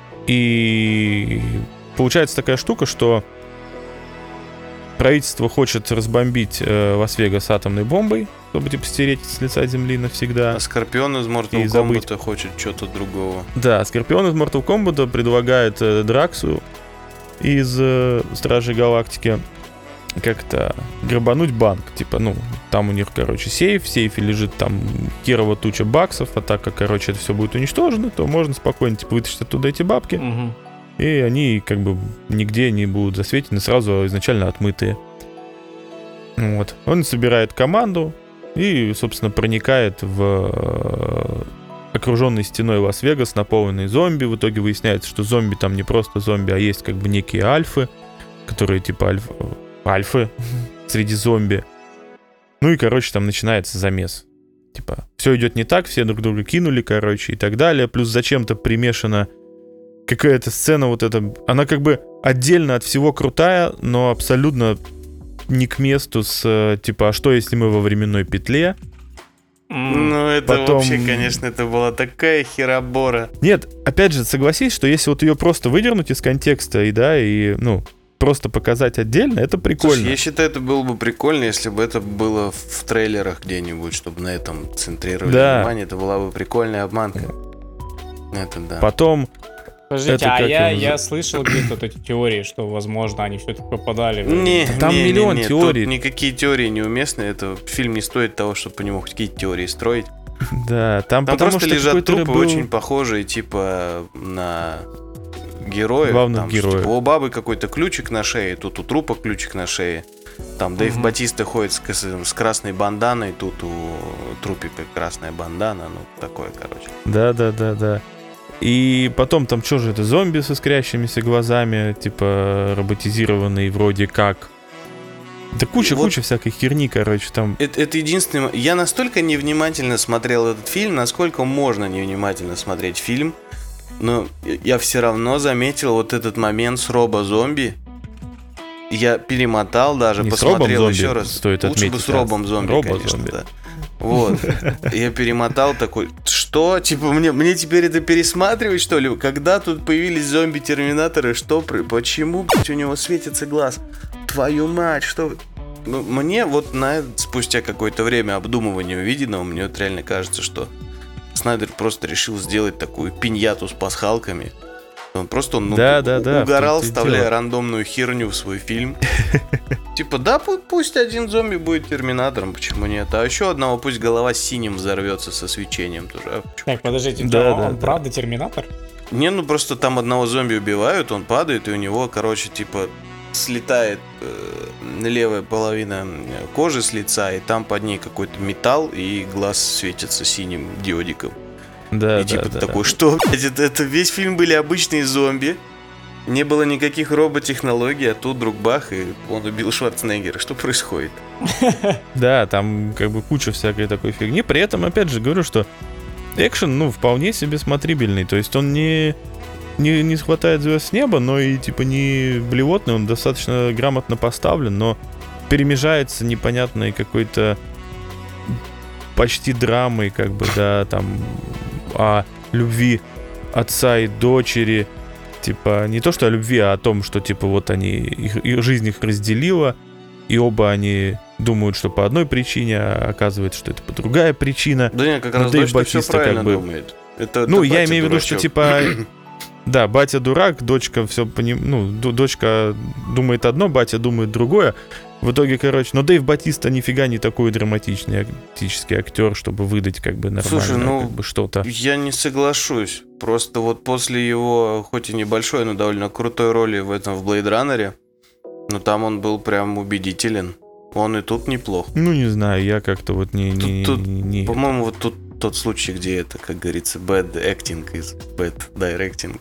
И получается такая штука, что правительство хочет разбомбить Лас-Вегас атомной бомбой, чтобы, типа, стереть с лица земли навсегда.
А Скорпион из Mortal
И забыть.
Kombat хочет что-то другого.
Да, Скорпион из Mortal Kombat предлагает Драксу из Стражей Галактики как-то грабануть банк. Типа, ну, там у них, короче, сейф. В сейфе лежит там херова туча баксов. А так как, короче, это все будет уничтожено, то можно спокойно, типа, вытащить оттуда эти бабки.
Угу.
И они, как бы, нигде не будут засветены, сразу изначально отмытые. Вот. Он собирает команду и, собственно, проникает в окруженный стеной Лас-Вегас, наполненный зомби. В итоге выясняется, что зомби там не просто зомби, а есть, как бы, некие альфы, которые, типа, альфы среди зомби. Ну и, короче, там начинается замес. Типа, все идет не так, все друг друга кинули, короче, и так далее. Плюс зачем-то примешана какая-то сцена вот эта. Она как бы отдельно от всего крутая, но абсолютно не к месту с, типа, а что, если мы во временной петле?
Ну, это
Потом-
вообще, конечно, это была такая херобора.
Нет, опять же, согласись, что если вот ее просто выдернуть из контекста и, да, и, ну, просто показать отдельно, это прикольно.
Слушай, я считаю, это было бы прикольно, если бы это было в трейлерах где-нибудь, чтобы на этом центрировали
Да.
внимание. Это была бы прикольная обманка. Это да.
Потом,
Подождите,
Это
а
как
я
его
слышал где-то вот эти теории, что, возможно, они все-таки попадали в...
Не,
Там
не,
миллион
не, не,
теорий.
тут никакие теории неуместны. Это фильм не стоит того, чтобы по нему хоть какие-то теории строить.
да, там
Там
потому
просто
что
лежат
какой-то
трупы
был-
очень похожие, типа, на героев.
Главных
Там,
героев.
Типа, у бабы какой-то ключик на шее, тут у трупа ключик на шее. Там Дэйв
Мгм.
Батиста ходит с красной банданой, тут у трупика красная бандана, ну, такое, короче.
Да. И потом там, что же это, зомби со искрящимися глазами, типа роботизированные вроде как. Да куча всякой херни, короче, там.
Это единственное... Я настолько невнимательно смотрел этот фильм, насколько можно невнимательно смотреть фильм, но я все равно заметил вот этот момент с робо-зомби. Я перемотал даже,
не
посмотрел еще раз.
Стоит
лучше
отметить,
бы с робом-зомби, конечно, да. Вот. Я перемотал такой, что? Типа, мне теперь это пересматривать, что ли? Когда тут появились зомби-терминаторы, что? Почему, блядь, у него светится глаз? Твою мать, что... Мне вот спустя какое-то время обдумывания увиденного, мне вот реально кажется, что Снайдер просто решил сделать такую пиньяту с пасхалками. Он просто угорал, вставляя рандомную херню в свой фильм. Типа, да, пусть один зомби будет терминатором, почему нет? А еще одного пусть голова синим взорвется со свечением тоже.
Так, подождите, он правда терминатор?
Не, ну просто там одного зомби убивают, он падает, и у него, короче, типа, слетает левая половина кожи с лица, и там под ней какой-то металл, и глаз светится синим диодиком.
Да,
и типа такой, что, блядь, это весь фильм были обычные зомби, не было никаких роботехнологий, а тут вдруг бах, и он убил Шварценеггера. Что происходит?
Да, там как бы куча всякой такой фигни. При этом, опять же, говорю, что экшен, вполне себе смотрибельный. То есть он не хватает звезд с неба, но и типа не блевотный, он достаточно грамотно поставлен, но перемежается непонятной какой-то почти драмой, как бы, да, там, о любви отца и дочери. Типа, не то, что о любви, а о том, что, типа, вот они, их жизнь их разделила, и оба они думают, что по одной причине, а оказывается, что это по другая причина.
Да нет, как раз Дэйв Батиста все правильно думает.
Я имею в виду, что, типа, да, батя дурак, дочка все дочка думает одно, батя думает другое. В итоге, короче, но Дэйв Батиста нифига не такой драматичный актер, чтобы выдать как бы нормально как бы что-то.
Я не соглашусь. Просто вот после его, хоть и небольшой, но довольно крутой роли в Blade Runner, но там он был прям убедителен. Он и тут неплох.
Не знаю, я как-то вот не...
По-моему, вот тут тот случай, где это, как говорится, bad acting is bad directing.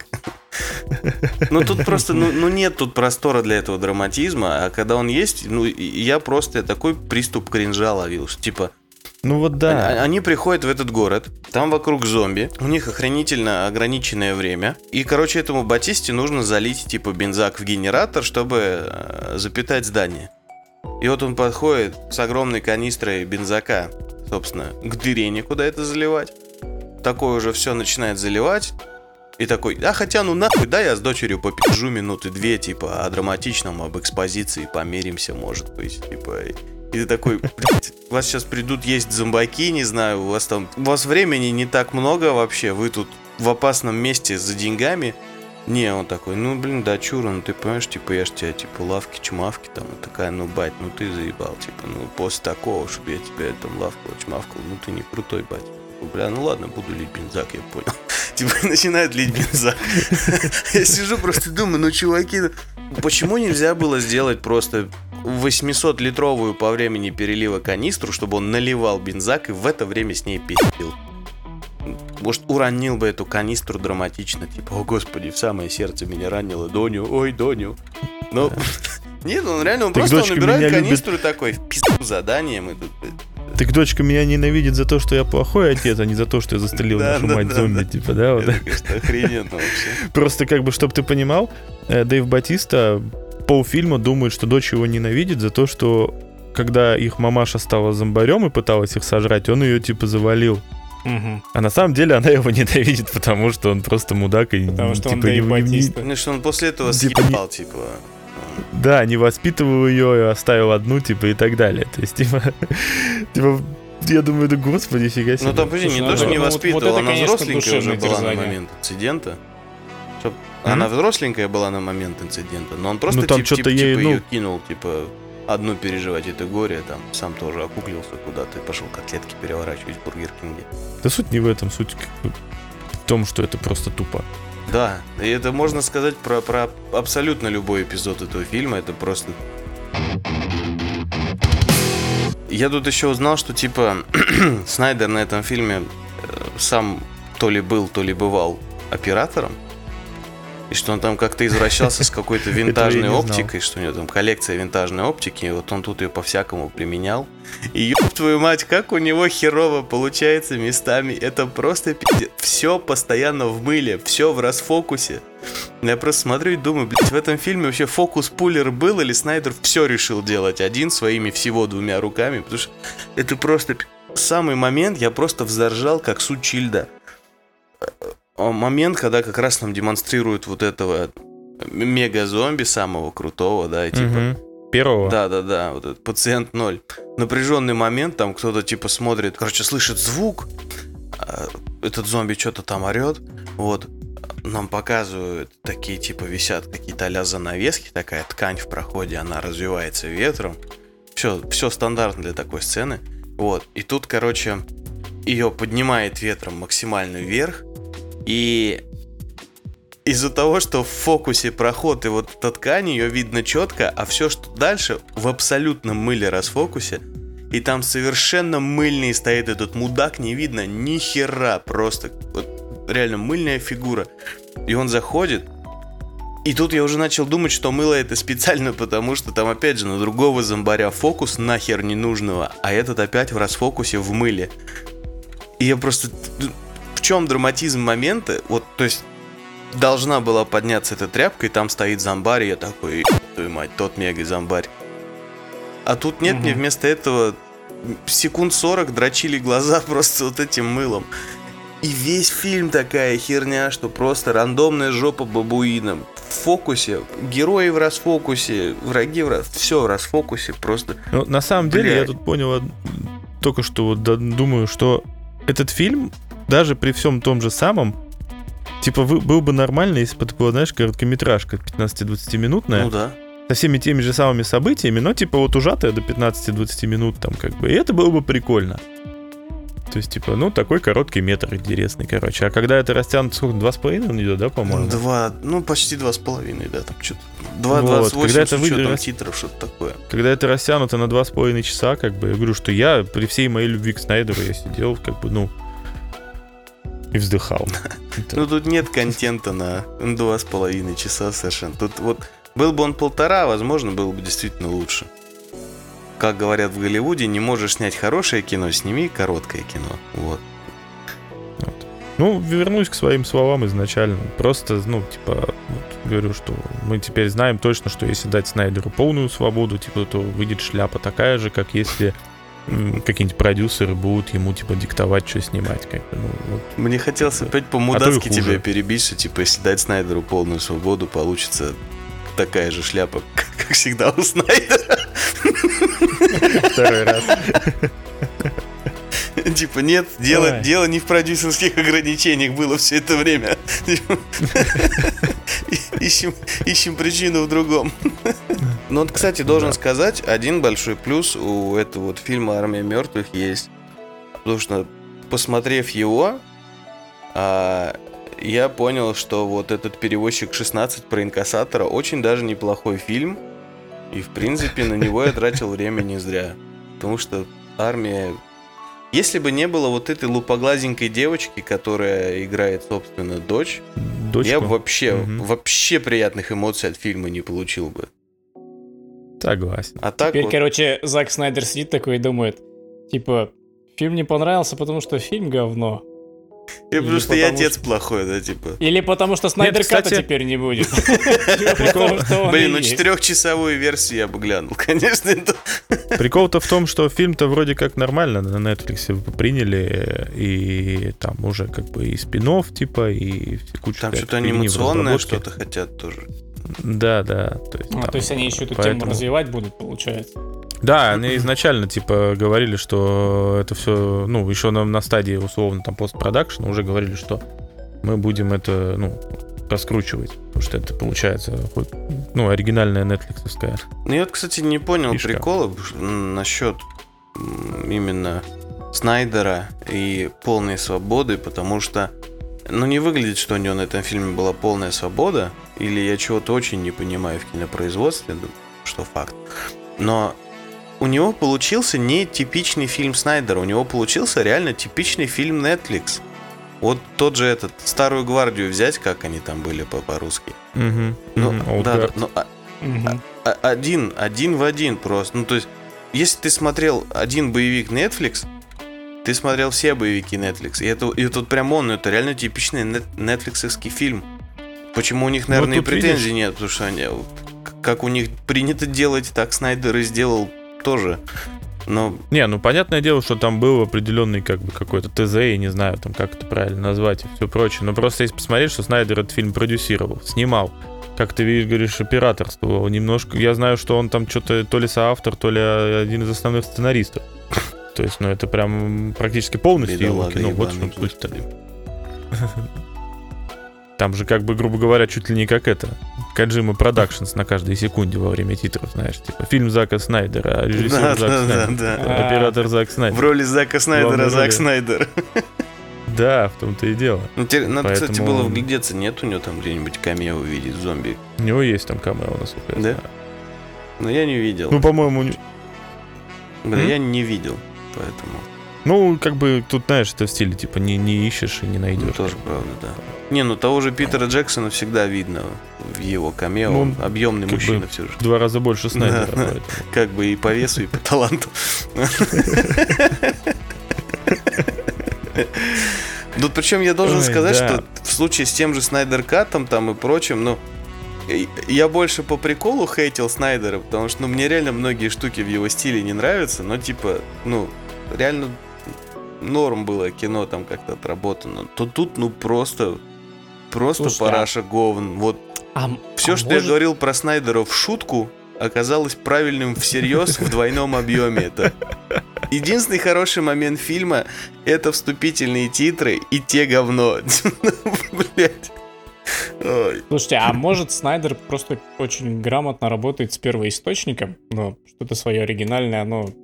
Тут просто, нет тут простора для этого драматизма, а когда он есть, я просто такой приступ кринжа ловил, что типа...
да.
Они приходят в этот город, там вокруг зомби, у них охренительно ограниченное время, и, короче, этому Батисте нужно залить, типа, бензак в генератор, чтобы запитать здание. И вот он подходит с огромной канистрой бензака, собственно, к дыре некуда это заливать. Такое уже все начинает заливать. И такой, хотя нахуй, да, я с дочерью попизжу минуты 2, типа, о драматичном, об экспозиции помиримся, может быть, типа. И ты такой, блядь, у вас сейчас придут есть зомбаки, не знаю, у вас времени не так много вообще, вы тут в опасном месте за деньгами. Не, он такой, да, чура, ты понимаешь, типа, я ж тебя, типа, лавки-чмавки, там, такая, бать, ты заебал, типа, после такого, чтобы я тебя, там, лавкал-чмавкал, ты не крутой, бать. Бля, ладно, буду лить бензак, я понял. Типа, начинает лить бензак. Я сижу просто думаю, чуваки, почему нельзя было сделать просто 800-литровую по времени перелива канистру, чтобы он наливал бензак и в это время с ней пиздил? Может, уронил бы эту канистру драматично, типа, о господи, в самое сердце меня ранило Доню, ой, Доню. Но нет, он реально, просто набирает канистру такой, в пизду заданием.
Так дочка меня ненавидит за то, что я плохой отец, а не за то, что я застрелил нашу мать зомби, типа, да? Вот.
Это, конечно, охрененно вообще.
Просто, как бы, чтобы ты понимал, Дэйв Батиста полфильма думает, что дочь его ненавидит за то, что когда их мамаша стала зомбарем и пыталась их сожрать, он ее, типа, завалил.
Угу.
А на самом деле она его ненавидит, потому что он просто мудак и,
потому что
типа,
он Дэйв Батиста.
Ну, что он после этого съебал, типа...
Да, не воспитывал ее, оставил одну, типа, и так далее. То есть, типа, я думаю, да господи, фига себе.
Там, не то, что не воспитывал, она взросленькая уже была на момент инцидента. Она взросленькая была на момент инцидента, но он просто, типа, ее кинул, типа, одну переживать это горе, там, сам тоже окуклился куда-то и пошел котлетки переворачивать в Бургер Кинге.
Да суть не в этом, суть в том, что это просто тупо.
Да, и это можно сказать про абсолютно любой эпизод этого фильма, это просто... Я тут еще узнал, что, типа, Снайдер на этом фильме сам то ли был, то ли бывал оператором. И что он там как-то извращался с какой-то винтажной оптикой, что у него там коллекция винтажной оптики, и вот он тут ее по-всякому применял. И ёб твою мать, как у него херово получается местами. Это просто пиздец. Все постоянно в мыле, все в расфокусе. Я просто смотрю и думаю, блядь, в этом фильме вообще фокус-пулер был, или Снайдер все решил делать один своими всего 2 руками, потому что это просто... Самый момент я просто взоржал, как сучья льда. Момент, когда как раз нам демонстрируют вот этого мега-зомби самого крутого, да, и типа...
Первого?
Да, вот этот пациент 0. Напряженный момент, там кто-то типа смотрит, короче, слышит звук, этот зомби что-то там орет, вот, нам показывают, такие типа висят какие-то а-ля занавески, такая ткань в проходе, она развивается ветром, все стандартно для такой сцены, вот, и тут, короче, ее поднимает ветром максимально вверх, и из-за того, что в фокусе проход и вот эта ткань, ее видно четко, а все, что дальше, в абсолютном мыле расфокусе, и там совершенно мыльный стоит этот мудак, не видно ни хера, просто вот реально мыльная фигура. И он заходит, и тут я уже начал думать, что мыло это специально, потому что там опять же на другого зомбаря фокус нахер ненужного, а этот опять в расфокусе в мыле. И я просто... В чем драматизм момента? Вот, то есть, должна была подняться эта тряпка, и там стоит зомбарь, и я такой, твою мать, тот мега-зомбарь. А тут нет, мне вместо этого секунд 40 дрочили глаза просто вот этим мылом. И весь фильм такая херня, что просто рандомная жопа бабуина. В фокусе, герои в расфокусе, враги все в расфокусе, просто...
Ну, на самом деле, я тут понял только что, вот думаю, что этот фильм... Даже при всем том же самом, типа, был бы нормально, если бы это была, знаешь, короткометражка 15-20-минутная.
Ну да.
Со всеми теми же самыми событиями, но, типа, вот ужатая до 15-20 минут, там, как бы. И это было бы прикольно. То есть, типа, ну, такой короткий метр интересный, короче. А когда это растянуто, сколько, 2,5 он идет, да, по-моему?
Почти 2,5, да, там что-то.
2,28,
вот, с учетом титров, что-то такое.
Когда это растянуто на 2,5 часа, как бы, я говорю, что я, при всей моей любви к Снайдеру, я сидел, как бы, ну... И вздыхал.
Ну, тут нет контента на 2,5 часа совершенно. Тут вот, был бы он 1,5, возможно, было бы действительно лучше. Как говорят в Голливуде, не можешь снять хорошее кино, сними короткое кино. Вот.
Ну, вернусь к своим словам изначально. Просто, ну, типа, вот, говорю, что мы теперь знаем точно, что если дать Снайдеру полную свободу, типа, то выйдет шляпа такая же, как если... какие-нибудь продюсеры будут ему, типа, диктовать, что снимать. Как бы, ну, вот.
Мне хотелось опять по-мудацки тебя перебить, что, типа, если дать Снайдеру полную свободу, получится такая же шляпа, как всегда у Снайдера.
Второй раз.
Типа, нет, дело не в продюсерских ограничениях было все это время. Ищем причину в другом. Но, кстати, должен сказать, один большой плюс у этого вот фильма «Армия мертвых» есть. Потому что, посмотрев его, я понял, что вот этот «Перевозчик 16» про инкассатора очень даже неплохой фильм. И, в принципе, на него я тратил время не зря. Потому что «Армия...» Если бы не было вот этой лупоглазенькой девочки, которая играет, собственно, дочку, я бы вообще приятных эмоций от фильма не получил бы.
Согласен.
А так
теперь,
вот...
короче, Зак Снайдер сидит такой и думает, типа, фильм не понравился, потому что фильм говно.
Или потому что я отец плохой, да, типа.
Или потому что Снайдер Ката теперь не будет.
Блин, ну 4-часовую версию я бы глянул, конечно.
Прикол-то в том, что фильм-то вроде как нормально на Netflix приняли, и там уже как бы и спин-офф, типа, и куча...
Там что-то анимационное что-то хотят тоже.
Да. То
есть они еще эту тему развивать будут, получается.
Да, они изначально, типа, говорили, что это все, ну, еще на стадии, условно, там, постпродакшена уже говорили, что мы будем это, ну, раскручивать, потому что это получается, ну, оригинальная нетфликсовская.
Ну, я, кстати, не понял
фишка.
Прикола насчет именно Снайдера и полной свободы, потому что, ну, не выглядит, что у него на этом фильме была полная свобода, или я чего-то очень не понимаю в кинопроизводстве, что факт, но... У него получился не типичный фильм Снайдера, у него получился реально типичный фильм Netflix. Вот тот же Старую Гвардию взять, как они там были по-русски.
Ну,
да, но один в один просто. Ну, то есть, если ты смотрел один боевик Netflix, ты смотрел все боевики Netflix. И тут прям это реально типичный нетфликсовский фильм. Почему у них, наверное, и претензий нет, потому что они, как у них принято делать, так Снайдер и сделал тоже. Но...
понятное дело, что там был определенный как бы какой-то ТЗ, я не знаю, там как это правильно назвать и все прочее. Но просто если посмотреть, что Снайдер этот фильм продюсировал, снимал, как ты говоришь, операторствовал немножко. Я знаю, что он там что-то то ли соавтор, то ли один из основных сценаристов. То есть, это прям практически полностью его кино. Вот в чем суть-то. Там же, как бы, грубо говоря, чуть ли не как Kojima Productions на каждой секунде во время титров, знаешь, типа фильм Зака Снайдера, режиссер Зак Снайдер, оператор Зак Снайдер.
В роли Зака Снайдера Зак Снайдер.
Да, в том-то и дело.
Надо, кстати, было вглядеться, нет у него там где-нибудь камео увидеть зомби?
У него есть там камео, насколько я знаю.
Но я не видел.
Ну, по-моему...
Я не видел, поэтому...
Ну, как бы, тут, знаешь, это в стиле, типа, не ищешь и не найдешь.
Ну, тоже правда, да. Того же Питера Джексона всегда видно в его камео. Он объемный мужчина все же.
В 2 раза больше Снайдера.
Да, как бы и по весу, и по таланту. Ну, причем я должен сказать, что в случае с тем же Снайдер Катом там и прочим, я больше по приколу хейтил Снайдера, потому что, мне реально многие штуки в его стиле не нравятся, но, реально норм было кино там как-то отработано. То тут, просто параша говн. Вот все, что я говорил про Снайдера в шутку, оказалось правильным всерьез в двойном объеме. Это единственный хороший момент фильма — это вступительные титры и те говно. Блять.
Слушайте, а может Снайдер просто очень грамотно работает с первоисточником, но что-то свое оригинальное,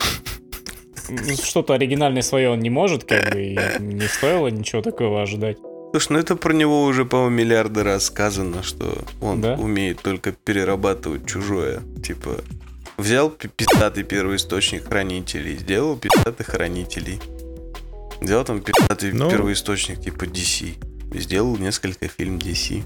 что-то оригинальное свое он не может, как бы, и не стоило ничего такого ожидать.
Слушай, это про него уже, по-моему, миллиарды раз сказано, что он умеет только перерабатывать чужое. Типа, взял пиздатый первоисточник Хранителей, сделал пиздатых Хранителей. Взял там пиздатый первоисточник типа DC. Сделал несколько фильмов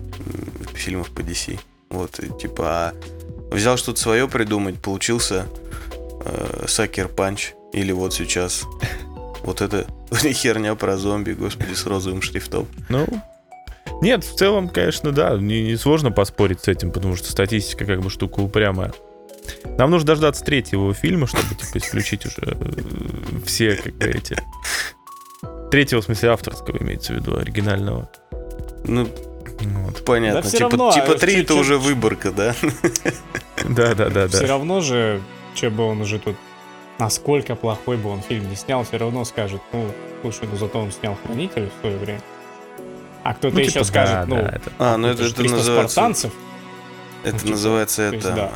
по DC. Вот, типа, взял что-то свое придумать, получился Сакер Панч. Или вот сейчас вот эта херня про зомби, господи, с розовым шрифтом.
Нет, в целом, конечно, да, не сложно поспорить с этим, потому что статистика как бы штука упрямая. Нам нужно дождаться 3-го фильма, чтобы, исключить уже все, как бы, 3-го, в смысле, авторского имеется в виду, оригинального.
Понятно.
Да, равно,
типа 3 это уже выборка, да?
Да.
Все равно же, че бы он уже тут, насколько плохой бы он фильм не снял, все равно скажет, слушай, зато он снял «Хранителей» в свое время. А кто-то еще скажет, это 300 спартанцев.
Это называется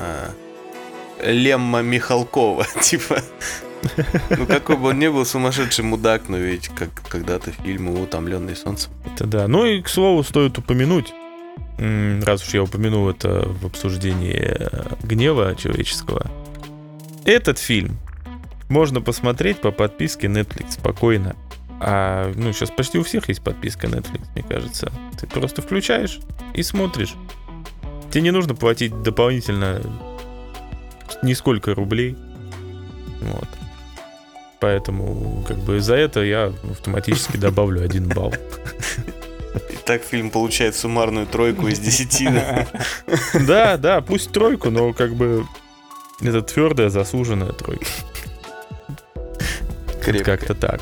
Лемма Михалкова, типа. Какой бы он ни был сумасшедший мудак, но ведь когда-то фильм «Утомленный солнцем».
Это да. И, к слову, стоит упомянуть, раз уж я упомянул это в обсуждении «Гнева человеческого», этот фильм можно посмотреть по подписке Netflix спокойно. Сейчас почти у всех есть подписка Netflix, мне кажется. Ты просто включаешь и смотришь. Тебе не нужно платить дополнительно нисколько рублей. Вот. Поэтому, как бы, за это я автоматически добавлю 1 балл.
Итак, фильм получает суммарную 3 из 10.
Да, пусть 3, но как бы это твердая, заслуженная 3. Как-то так.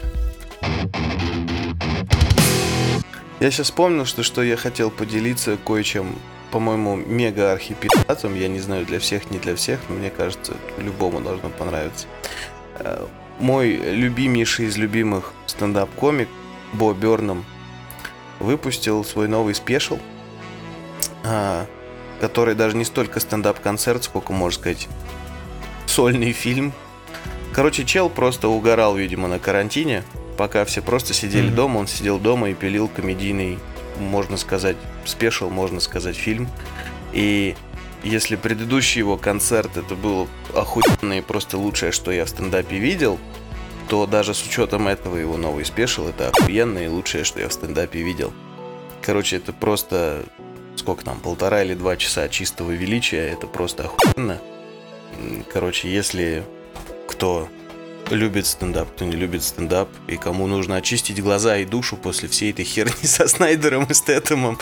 Я сейчас вспомнил, что я хотел поделиться кое-чем, по-моему, мега-архипиратом. Я не знаю, для всех, не для всех, но мне кажется, любому должно понравиться. Мой любимейший из любимых стендап-комик Бо Бёрнам выпустил свой новый спешл, который даже не столько стендап-концерт, сколько, можно сказать, сольный фильм. Короче, чел просто угорал, видимо, на карантине. Пока все просто сидели дома, он сидел дома и пилил комедийный, можно сказать, спешл, можно сказать, фильм. И если предыдущий его концерт это был охуенно и просто лучшее, что я в стендапе видел, то даже с учетом этого его новый спешл — это охуенно и лучшее, что я в стендапе видел. Короче, это просто, сколько там, 1,5 или 2 часа чистого величия, это просто охуенно. Короче, если кто любит стендап, кто не любит стендап, и кому нужно очистить глаза и душу после всей этой херни со Снайдером и Стэтэмом.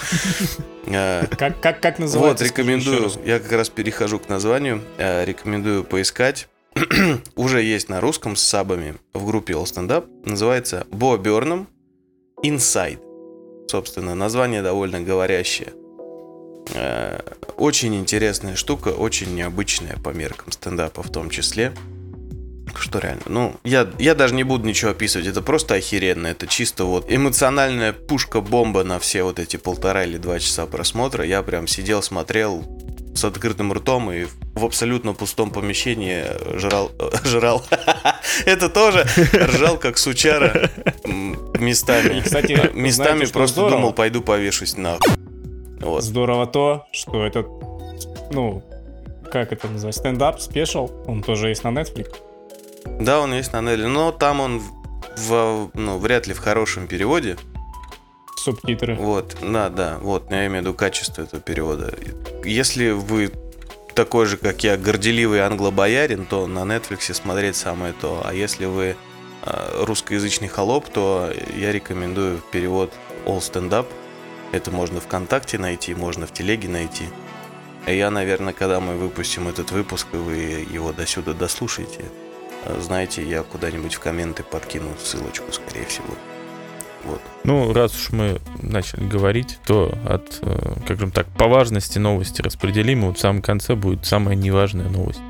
Как называется?
Вот, рекомендую, я как раз перехожу к названию, рекомендую поискать. Уже есть на русском с сабами в группе All Stand Up, называется Бо Бёрнам Inside. Собственно, название довольно говорящее. Очень интересная штука, очень необычная по меркам стендапа в том числе. Что реально, ну, я даже не буду ничего описывать, это просто охеренно, это чисто вот эмоциональная пушка-бомба на все вот эти 1,5 или 2 часа просмотра. Я прям сидел, смотрел с открытым ртом и в абсолютно пустом помещении жрал. Это тоже ржал как сучара местами.
Кстати,
местами просто думал, пойду повешусь нахуй. Вот.
Здорово то, что этот, ну, как это называется, стендап, спешл, он тоже есть на Netflix.
Да, он есть на Netflix, но там он вряд ли в хорошем переводе.
Субтитры.
Вот, да, вот, я имею в виду качество этого перевода. Если вы такой же, как я, горделивый англо-боярин, то на Netflix смотреть самое то. А если вы русскоязычный холоп, то я рекомендую перевод All Stand Up. Это можно ВКонтакте найти, можно в Телеге найти. И я, наверное, когда мы выпустим этот выпуск, и вы его досюда дослушаете, знаете, я куда-нибудь в комменты подкину ссылочку, скорее всего. Вот.
Ну, раз уж мы начали говорить, то от, как же так, по важности новости распределим. И вот в самом конце будет самая неважная новость.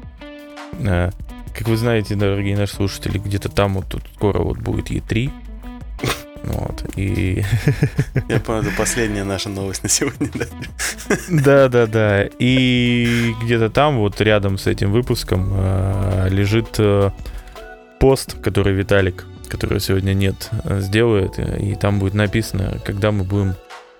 Как вы знаете, дорогие наши слушатели, где-то там вот тут скоро вот будет E3. Вот, и...
Я понял, это последняя наша новость на сегодня, да?
Да. И где-то там, вот рядом с этим выпуском, лежит пост, который Виталик, которого сегодня нет, сделает. И там будет написано, когда мы будем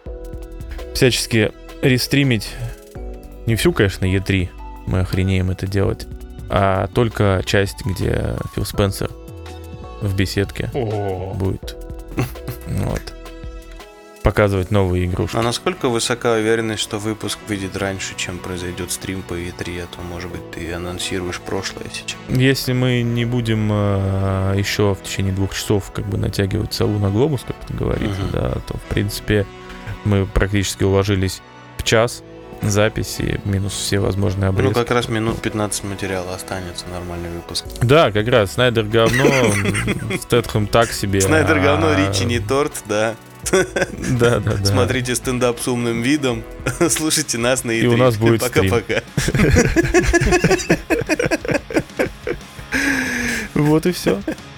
всячески рестримить не всю, конечно, E3, мы охренеем это делать, а только часть, где Фил Спенсер в беседке будет вот показывать новые игрушки.
А насколько высока уверенность, что выпуск выйдет раньше, чем произойдет стрим по E3, а то, может быть, ты анонсируешь прошлое сейчас?
Если мы не будем еще в течение 2 часов как бы натягивать сову на глобус, как это говорится, да, то, в принципе, мы практически уложились в час записи, минус все возможные обрезки.
Ну, как раз минут 15 материала останется, нормальный выпуск.
Да, как раз, Снайдер говно, Стэтхэм так себе.
Снайдер говно, Ричи не торт, да.
Да.
Смотрите стендап с умным видом, слушайте нас на E3.
И у нас будет
Пока-пока.
Вот и все.